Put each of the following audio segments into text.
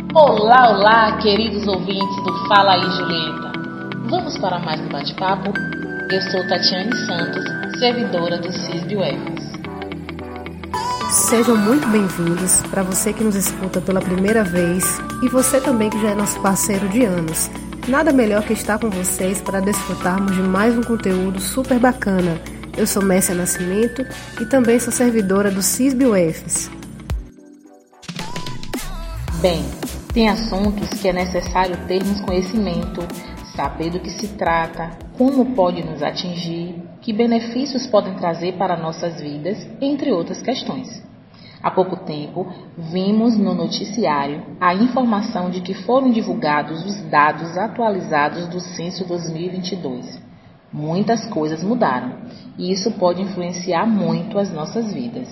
Olá, olá, queridos ouvintes do Fala aí, Julieta. Vamos para mais um bate-papo? Eu sou Tatiane Santos, servidora do CISB-UFES. Sejam muito bem-vindos para você que nos escuta pela primeira vez e você também que já é nosso parceiro de anos. Nada melhor que estar com vocês para desfrutarmos de mais um conteúdo super bacana. Eu sou Messia Nascimento e também sou servidora do CISB-UFES. Bem, tem assuntos que é necessário termos conhecimento, saber do que se trata, como pode nos atingir, que benefícios podem trazer para nossas vidas, entre outras questões. Há pouco tempo, vimos no noticiário a informação de que foram divulgados os dados atualizados do Censo 2022. Muitas coisas mudaram e isso pode influenciar muito as nossas vidas.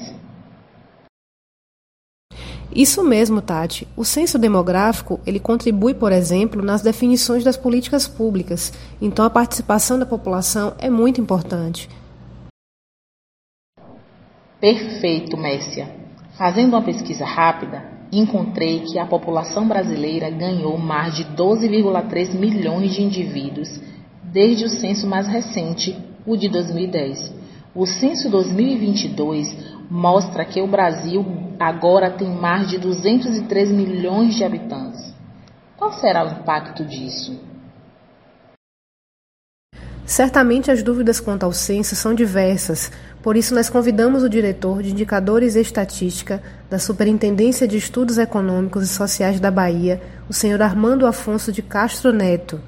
Isso mesmo, Tati. O censo demográfico, ele contribui, por exemplo, nas definições das políticas públicas. Então, a participação da população é muito importante. Perfeito, Messia. Fazendo uma pesquisa rápida, encontrei que a população brasileira ganhou mais de 12,3 milhões de indivíduos desde o censo mais recente, o de 2010. O censo 2022 mostra que o Brasil agora tem mais de 203 milhões de habitantes. Qual será o impacto disso? Certamente as dúvidas quanto ao censo são diversas, por isso nós convidamos o diretor de Indicadores e Estatística da Superintendência de Estudos Econômicos e Sociais da Bahia, o senhor Armando Afonso de Castro Neto.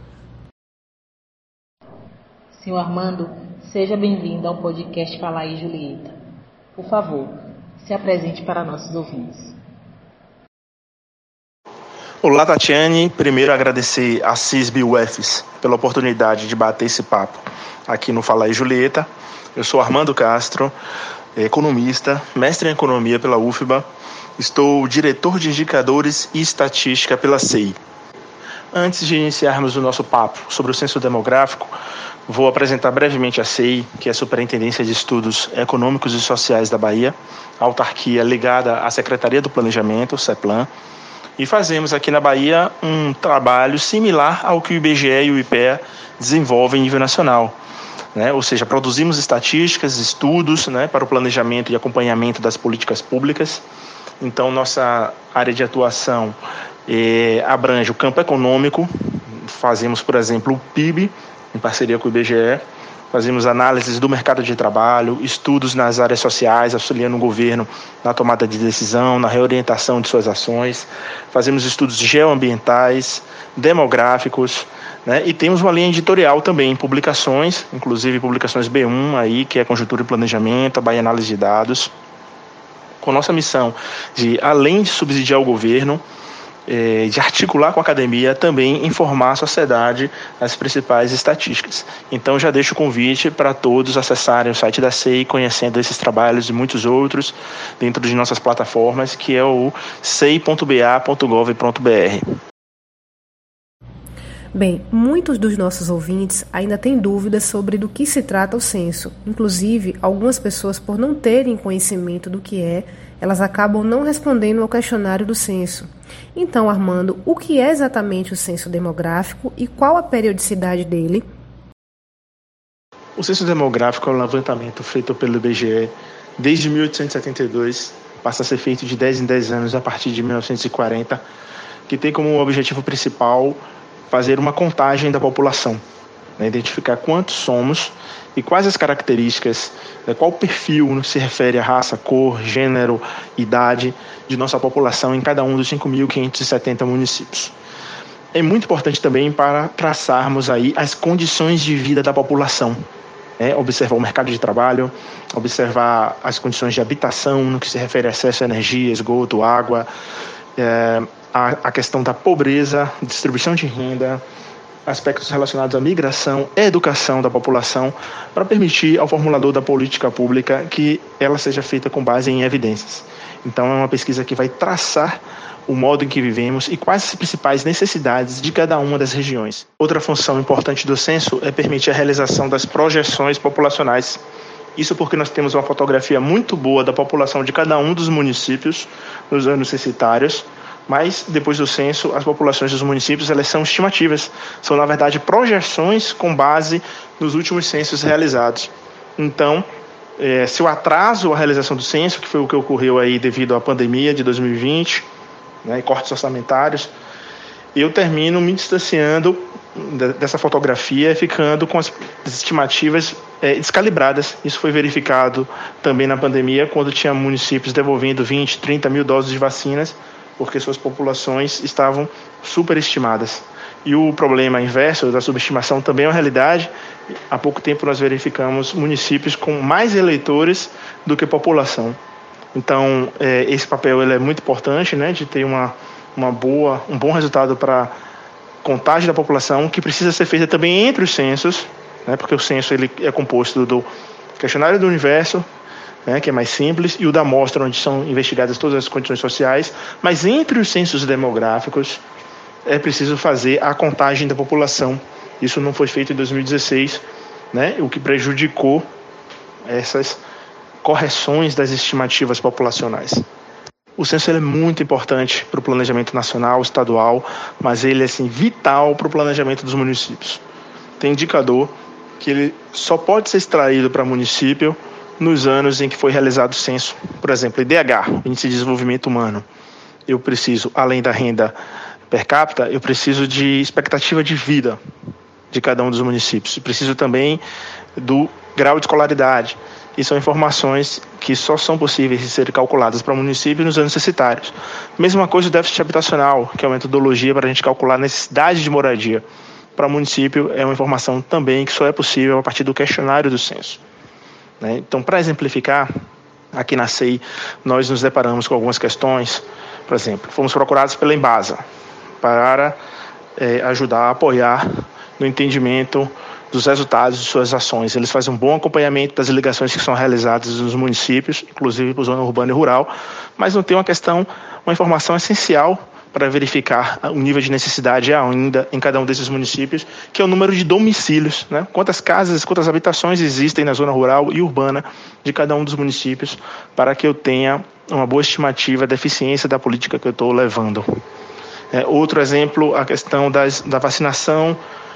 Senhor Armando, seja bem-vindo ao podcast Fala aí, Julieta. Por favor, se apresente para nossos ouvintes. Olá, Tatiane. Primeiro, agradecer a CISB-UFES pela oportunidade de bater esse papo aqui no Fala aí, Julieta. Eu sou Armando Castro, economista, mestre em economia pela UFBA. Estou diretor de Indicadores e Estatística pela CEI. Antes de iniciarmos o nosso papo sobre o censo demográfico, vou apresentar brevemente a CEI, que é a Superintendência de Estudos Econômicos e Sociais da Bahia, autarquia ligada à Secretaria do Planejamento, CEPLAN, e fazemos aqui na Bahia um trabalho similar ao que o IBGE e o IPEA desenvolvem em nível nacional. Ou seja, produzimos estatísticas, estudos para o planejamento e acompanhamento das políticas públicas. Então, nossa área de atuação abrange o campo econômico, fazemos, por exemplo, o PIB, em parceria com o IBGE, fazemos análises do mercado de trabalho, estudos nas áreas sociais, auxiliando o governo na tomada de decisão, na reorientação de suas ações, fazemos estudos geoambientais, demográficos, e temos uma linha editorial também, publicações, inclusive publicações B1, aí, que é Conjuntura e Planejamento, a Bahia Análise de Dados, com nossa missão de, além de subsidiar o governo, de articular com a academia, também informar a sociedade as principais estatísticas. Então já deixo o convite para todos acessarem o site da CEI, conhecendo esses trabalhos e muitos outros dentro de nossas plataformas, que é o cei.ba.gov.br. Bem, muitos dos nossos ouvintes ainda têm dúvidas sobre do que se trata o censo. Inclusive, algumas pessoas, por não terem conhecimento do que é, elas acabam não respondendo ao questionário do censo. Então, Armando, o que é exatamente o censo demográfico e qual a periodicidade dele? O censo demográfico é um levantamento feito pelo IBGE desde 1872, passa a ser feito de 10 em 10 anos a partir de 1940, que tem como objetivo principal fazer uma contagem da população, identificar quantos somos e quais as características, qual o perfil no que se refere à raça, cor, gênero, idade de nossa população em cada um dos 5.570 municípios. É muito importante também para traçarmos aí as condições de vida da população, observar o mercado de trabalho, observar as condições de habitação no que se refere a acesso à energia, esgoto, água, a questão da pobreza, distribuição de renda, aspectos relacionados à migração e educação da população, para permitir ao formulador da política pública que ela seja feita com base em evidências. Então é uma pesquisa que vai traçar o modo em que vivemos e quais as principais necessidades de cada uma das regiões. Outra função importante do censo é permitir a realização das projeções populacionais. Isso porque nós temos uma fotografia muito boa da população de cada um dos municípios nos anos censitários, Mas, depois do censo, as populações dos municípios elas são estimativas. São, na verdade, projeções com base nos últimos censos realizados. Então, se o atraso à realização do censo, que foi o que ocorreu aí devido à pandemia de 2020, né, e cortes orçamentários, eu termino me distanciando dessa fotografia, ficando com as estimativas descalibradas. Isso foi verificado também na pandemia, quando tinha municípios devolvendo 20, 30 mil doses de vacinas, porque suas populações estavam superestimadas. E o problema inverso da subestimação também é uma realidade. Há pouco tempo nós verificamos municípios com mais eleitores do que população. Então, esse papel ele é muito importante, né, de ter um bom resultado para contagem da população, que precisa ser feita também entre os censos, né, porque o censo ele é composto do questionário do universo, né, que é mais simples, e o da amostra, onde são investigadas todas as condições sociais, mas entre os censos demográficos é preciso fazer a contagem da população. Isso não foi feito em 2016, né, o que prejudicou essas correções das estimativas populacionais. O censo ele é muito importante para o planejamento nacional, estadual, mas ele é assim, vital para o planejamento dos municípios. Tem indicador que ele só pode ser extraído para município nos anos em que foi realizado o censo. Por exemplo, IDH, Índice de Desenvolvimento Humano. Eu preciso, além da renda per capita, eu preciso de expectativa de vida de cada um dos municípios. Eu preciso também do grau de escolaridade. E são informações que só são possíveis de serem calculadas para o município nos anos censitários. Mesma coisa o déficit habitacional, que é uma metodologia para a gente calcular a necessidade de moradia. Para o município é uma informação também que só é possível a partir do questionário do censo. Então, para exemplificar, aqui na SEI nós nos deparamos com algumas questões. Por exemplo, fomos procurados pela Embasa para ajudar a apoiar no entendimento dos resultados de suas ações. Eles fazem um bom acompanhamento das ligações que são realizadas nos municípios, inclusive para a zona urbana e rural, mas não tem uma informação essencial para verificar o nível de necessidade ainda em cada um desses municípios, que é o número de domicílios, né? Quantas casas, quantas habitações existem na zona rural e urbana de cada um dos municípios, para que eu tenha uma boa estimativa da eficiência da política que eu estou levando. Outro exemplo, a questão da vacinação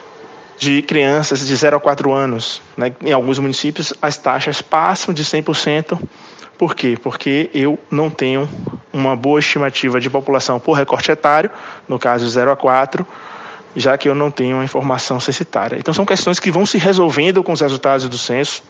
de crianças de 0 a 4 anos. Né? Em alguns municípios, as taxas passam de 100%. Por quê? Porque eu não tenho uma boa estimativa de população por recorte etário, no caso 0 a 4, já que eu não tenho uma informação censitária. Então, são questões que vão se resolvendo com os resultados do censo.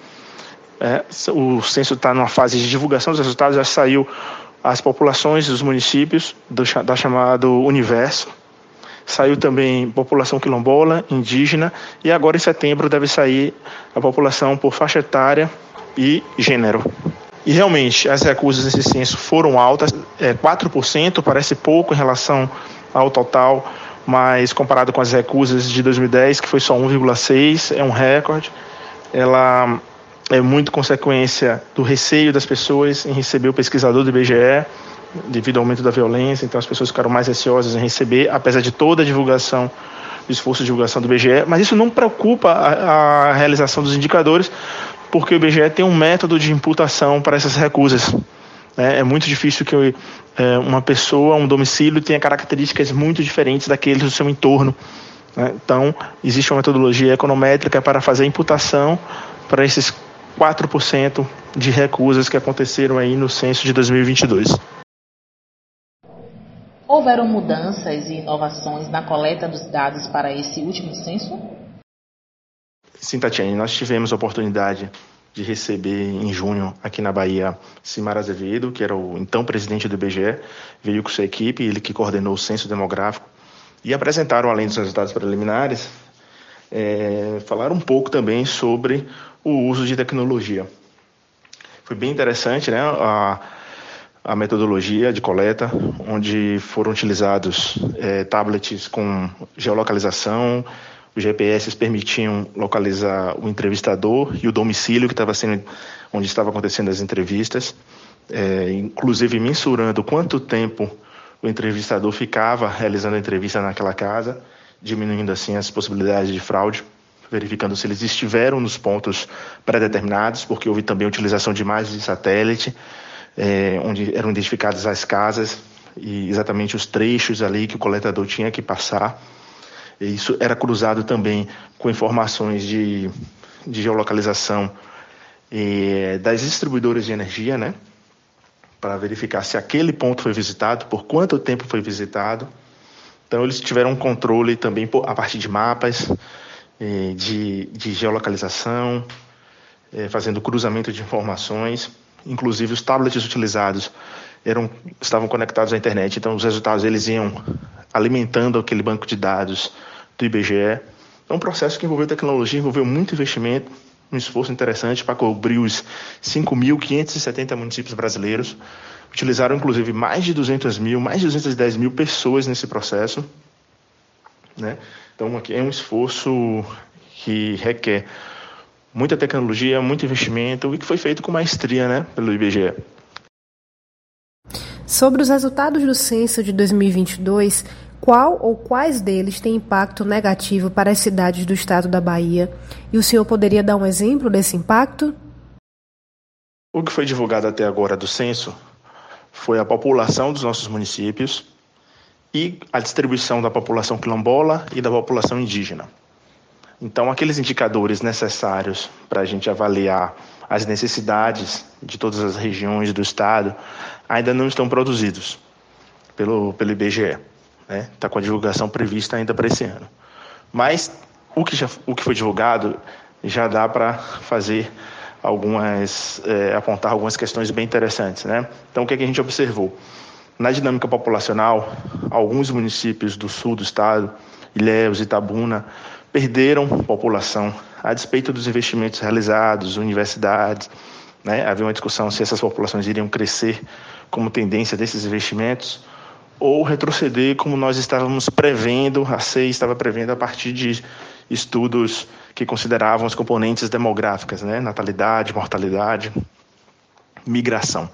O censo está numa fase de divulgação dos resultados, já saiu as populações dos municípios, da chamado universo. Saiu também população quilombola, indígena, e agora em setembro deve sair a população por faixa etária e gênero. E realmente as recusas nesse censo foram altas, 4%, parece pouco em relação ao total, mas comparado com as recusas de 2010, que foi só 1,6%, é um recorde. Ela é muito consequência do receio das pessoas em receber o pesquisador do IBGE, devido ao aumento da violência. Então as pessoas ficaram mais receosas em receber, apesar de toda a divulgação, o esforço de divulgação do IBGE, mas isso não preocupa a realização dos indicadores, porque o IBGE tem um método de imputação para essas recusas. É muito difícil que uma pessoa, um domicílio, tenha características muito diferentes daqueles do seu entorno. Então, existe uma metodologia econométrica para fazer a imputação para esses 4% de recusas que aconteceram aí no censo de 2022. Houveram mudanças e inovações na coleta dos dados para esse último censo? Sim, Tatiane, nós tivemos a oportunidade de receber em junho aqui na Bahia Cimar Azevedo, que era o então presidente do IBGE, veio com sua equipe, ele que coordenou o censo demográfico, e apresentaram, além dos resultados preliminares, falaram um pouco também sobre o uso de tecnologia. Foi bem interessante, né, a metodologia de coleta, onde foram utilizados tablets com geolocalização. Os GPS permitiam localizar o entrevistador e o domicílio que onde estava acontecendo as entrevistas, inclusive mensurando quanto tempo o entrevistador ficava realizando a entrevista naquela casa, diminuindo assim as possibilidades de fraude, verificando se eles estiveram nos pontos pré-determinados, porque houve também a utilização de imagens de satélite, onde eram identificadas as casas e exatamente os trechos ali que o coletador tinha que passar. E isso era cruzado também com informações de geolocalização das distribuidoras de energia, né? Para verificar se aquele ponto foi visitado, por quanto tempo foi visitado. Então, eles tiveram um controle também a partir de mapas, de geolocalização, fazendo cruzamento de informações. Inclusive, os tablets utilizados estavam conectados à internet, então os resultados eles iam alimentando aquele banco de dados do IBGE. É um processo que envolveu tecnologia, envolveu muito investimento, um esforço interessante para cobrir os 5.570 municípios brasileiros. Utilizaram, inclusive, mais de 210 mil pessoas nesse processo, né? Então, aqui é um esforço que requer muita tecnologia, muito investimento e que foi feito com maestria, né, pelo IBGE. Sobre os resultados do censo de 2022, qual ou quais deles têm impacto negativo para as cidades do estado da Bahia? E o senhor poderia dar um exemplo desse impacto? O que foi divulgado até agora do censo foi a população dos nossos municípios e a distribuição da população quilombola e da população indígena. Então, aqueles indicadores necessários para a gente avaliar as necessidades de todas as regiões do estado ainda não estão produzidos pelo IBGE. Está com a divulgação prevista ainda para esse ano. Mas o que foi divulgado já dá para fazer apontar algumas questões bem interessantes, né? Então, o que a gente observou? Na dinâmica populacional, alguns municípios do sul do estado, Ilhéus, Itabuna, perderam população a despeito dos investimentos realizados, universidades, né? Havia uma discussão se essas populações iriam crescer como tendência desses investimentos ou retroceder como nós estávamos prevendo, a CEI estava prevendo a partir de estudos que consideravam as componentes demográficas, né? Natalidade, mortalidade, migração.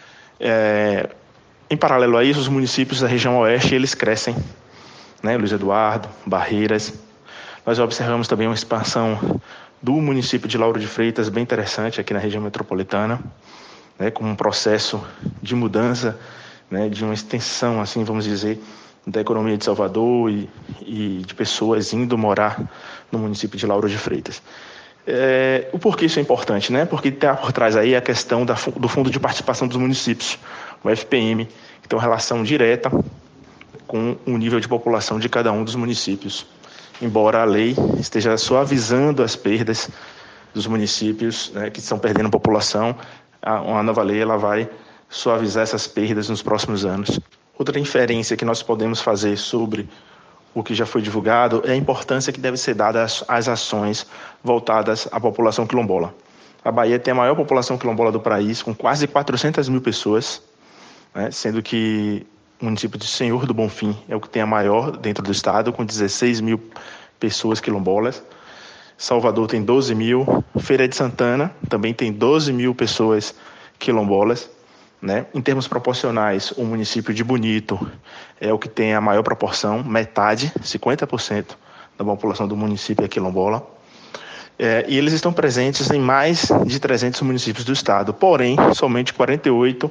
Em paralelo a isso, os municípios da região oeste, eles crescem, né? Luiz Eduardo, Barreiras. Nós observamos também uma expansão do município de Lauro de Freitas, bem interessante aqui na região metropolitana, né? Com um processo de mudança, né? De uma extensão, assim, vamos dizer, da economia de Salvador e de pessoas indo morar no município de Lauro de Freitas. O porquê isso é importante, né? Porque tem por trás aí a questão do Fundo de Participação dos Municípios, o FPM, que tem uma relação direta com o nível de população de cada um dos municípios. Embora a lei esteja suavizando as perdas dos municípios, né, que estão perdendo população, a nova lei ela vai suavizar essas perdas nos próximos anos. Outra inferência que nós podemos fazer sobre o que já foi divulgado é a importância que deve ser dada às ações voltadas à população quilombola. A Bahia tem a maior população quilombola do país, com quase 400 mil pessoas, né, sendo que o município de Senhor do Bonfim é o que tem a maior dentro do estado, com 16 mil pessoas quilombolas. Salvador tem 12 mil, Feira de Santana também tem 12 mil pessoas quilombolas, né? Em termos proporcionais, o município de Bonito é o que tem a maior proporção, metade, 50% da população do município é quilombola. E eles estão presentes em mais de 300 municípios do estado, porém, somente 48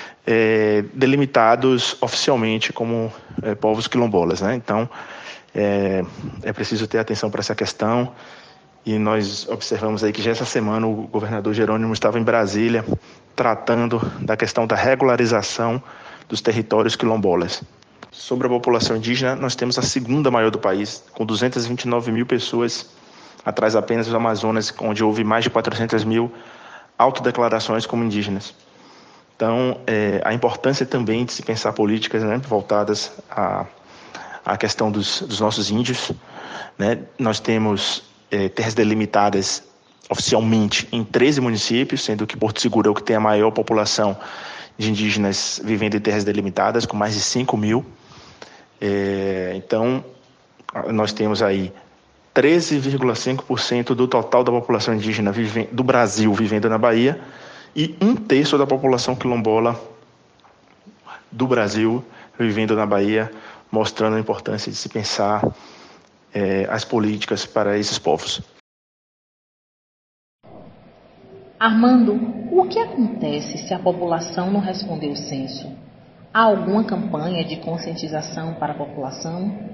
delimitados oficialmente como povos quilombolas, né? Então, é preciso ter atenção para essa questão. E nós observamos aí que já essa semana o governador Jerônimo estava em Brasília tratando da questão da regularização dos territórios quilombolas. Sobre a população indígena, nós temos a segunda maior do país, com 229 mil pessoas, atrás apenas do Amazonas, onde houve mais de 400 mil autodeclarações como indígenas. Então, a importância também de se pensar políticas, né, voltadas à questão dos nossos índios, né? Nós temos terras delimitadas oficialmente em 13 municípios, sendo que Porto Seguro é o que tem a maior população de indígenas vivendo em terras delimitadas, com mais de 5 mil. Então, nós temos aí 13,5% do total da população indígena do Brasil vivendo na Bahia e 1/3 da população quilombola do Brasil vivendo na Bahia, mostrando a importância de se pensar as políticas para esses povos. Armando, o que acontece se a população não responder o censo? Há alguma campanha de conscientização para a população?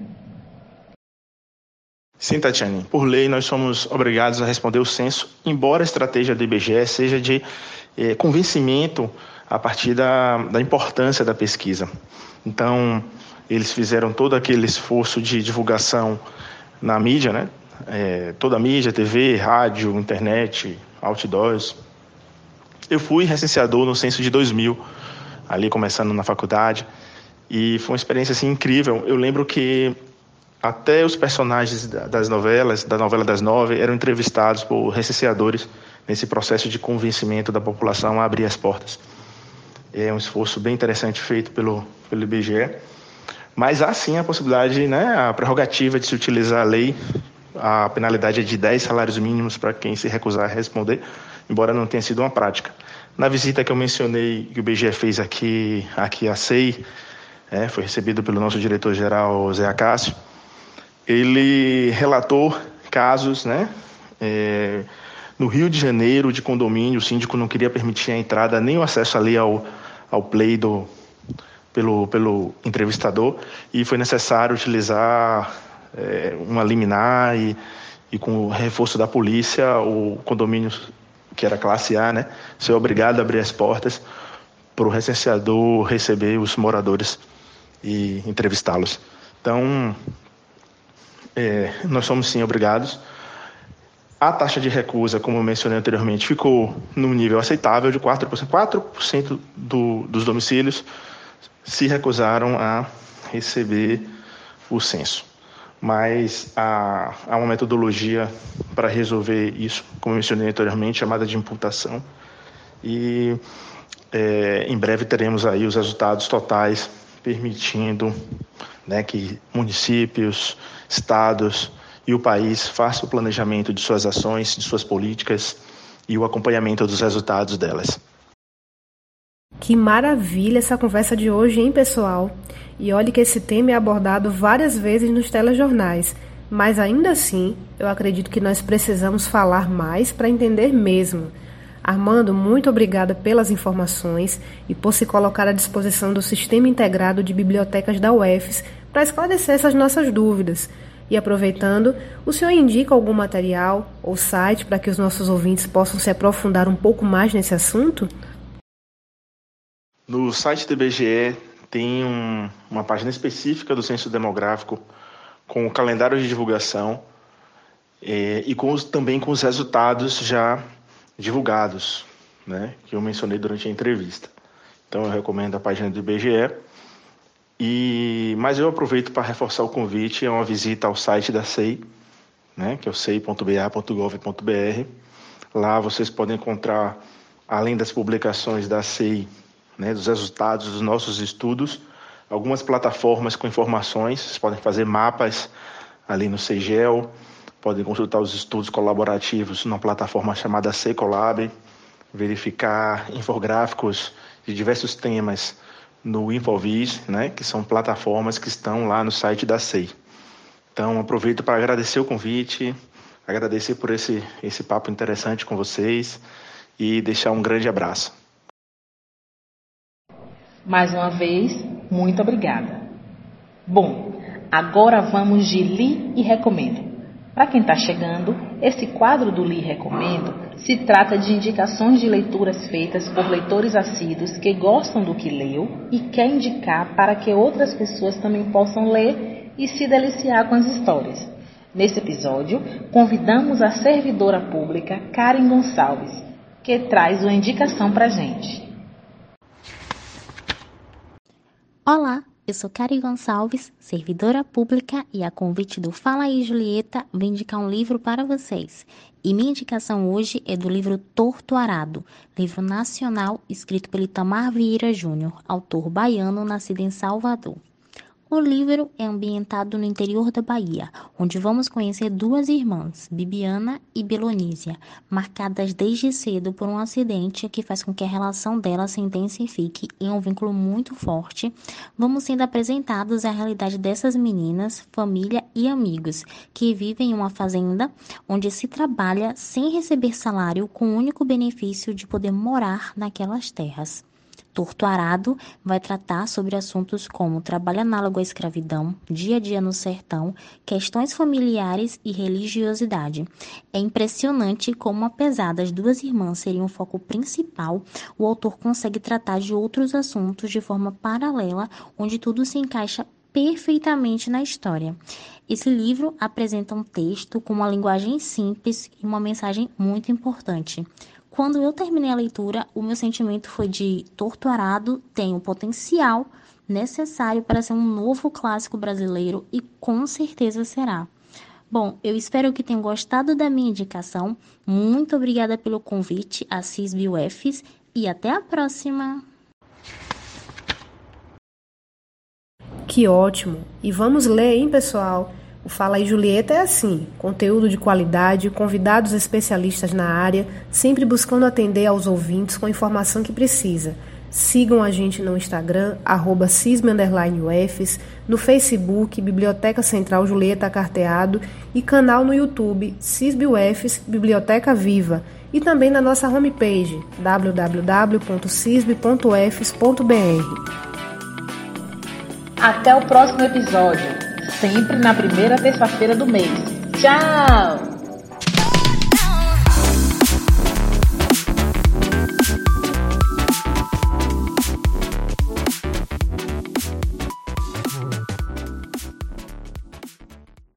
Sim, Tatiane. Por lei, nós somos obrigados a responder o censo, embora a estratégia do IBGE seja de convencimento a partir da importância da pesquisa. Então, eles fizeram todo aquele esforço de divulgação na mídia, né? Toda a mídia, TV, rádio, internet, outdoors. Eu fui recenseador no censo de 2000, ali começando na faculdade, e foi uma experiência assim, incrível. Eu lembro que até os personagens das novelas, da novela das 9, eram entrevistados por recenseadores nesse processo de convencimento da população a abrir as portas. É um esforço bem interessante feito pelo IBGE, mas há sim a possibilidade, né, a prerrogativa de se utilizar a lei. A penalidade é de 10 salários mínimos para quem se recusar a responder, embora não tenha sido uma prática. Na visita que eu mencionei, que o IBGE fez aqui à SEI, foi recebido pelo nosso diretor-geral, Zé Acácio. Ele relatou casos, né, no Rio de Janeiro, de condomínio. O síndico não queria permitir a entrada nem o acesso ali ao play pelo entrevistador, e foi necessário utilizar uma liminar e com o reforço da polícia, o condomínio, que era classe A, né, ser obrigado a abrir as portas para o recenseador receber os moradores e entrevistá-los. Então, nós somos sim obrigados. A taxa de recusa, como eu mencionei anteriormente, ficou num nível aceitável de 4%. 4% dos domicílios se recusaram a receber o censo. Mas há uma metodologia para resolver isso, como eu mencionei anteriormente, chamada de imputação. E em breve teremos aí os resultados totais, permitindo, né, que municípios, estados e o país façam o planejamento de suas ações, de suas políticas e o acompanhamento dos resultados delas. Que maravilha essa conversa de hoje, hein, pessoal? E olhe que esse tema é abordado várias vezes nos telejornais, mas ainda assim, eu acredito que nós precisamos falar mais para entender mesmo. Armando, muito obrigada pelas informações e por se colocar à disposição do Sistema Integrado de Bibliotecas da UFES para esclarecer essas nossas dúvidas. E aproveitando, o senhor indica algum material ou site para que os nossos ouvintes possam se aprofundar um pouco mais nesse assunto? No site do IBGE tem uma página específica do Censo Demográfico com o calendário de divulgação e também com os resultados já divulgados, né, que eu mencionei durante a entrevista. Então eu recomendo a página do IBGE. Mas eu aproveito para reforçar o convite a uma visita ao site da SEI, né, que é o sei.ba.gov.br. Lá vocês podem encontrar, além das publicações da SEI, né, dos resultados dos nossos estudos, algumas plataformas com informações. Vocês podem fazer mapas ali no Seigel, podem consultar os estudos colaborativos numa plataforma chamada Secolab, verificar infográficos de diversos temas no Infovis, né, que são plataformas que estão lá no site da SEI. Então, aproveito para agradecer o convite, agradecer por esse papo interessante com vocês e deixar um grande abraço. Mais uma vez, muito obrigada. Bom, agora vamos de Li e Recomendo. Para quem está chegando, esse quadro do Li e Recomendo se trata de indicações de leituras feitas por leitores assíduos que gostam do que leu e quer indicar para que outras pessoas também possam ler e se deliciar com as histórias. Nesse episódio, convidamos a servidora pública Karen Gonçalves, que traz uma indicação para a gente. Olá, eu sou Karen Gonçalves, servidora pública, e a convite do Fala aí Julieta, vou indicar um livro para vocês. E minha indicação hoje é do livro Torto Arado, livro nacional escrito pelo Itamar Vieira Júnior, autor baiano nascido em Salvador. O livro é ambientado no interior da Bahia, onde vamos conhecer duas irmãs, Bibiana e Belonísia, marcadas desde cedo por um acidente que faz com que a relação delas se intensifique em um vínculo muito forte. Vamos sendo apresentados à realidade dessas meninas, família e amigos, que vivem em uma fazenda onde se trabalha sem receber salário, com o único benefício de poder morar naquelas terras. Torto Arado vai tratar sobre assuntos como trabalho análogo à escravidão, dia a dia no sertão, questões familiares e religiosidade. É impressionante como, apesar das duas irmãs serem o foco principal, o autor consegue tratar de outros assuntos de forma paralela, onde tudo se encaixa perfeitamente na história. Esse livro apresenta um texto com uma linguagem simples e uma mensagem muito importante. Quando eu terminei a leitura, o meu sentimento foi de Torto Arado tem o potencial necessário para ser um novo clássico brasileiro e com certeza será. Bom, eu espero que tenham gostado da minha indicação. Muito obrigada pelo convite, Assis UFs, e até a próxima! Que ótimo! E vamos ler, hein, pessoal? O Fala aí Julieta é assim, conteúdo de qualidade, convidados especialistas na área, sempre buscando atender aos ouvintes com a informação que precisa. Sigam a gente no Instagram, @cisme_ufs, no Facebook, Biblioteca Central Julieta Carteado e canal no YouTube, CISB-UFs Biblioteca Viva, e também na nossa homepage, www.cisb.ufs.br. Até o próximo episódio, sempre na primeira terça-feira do mês. Tchau!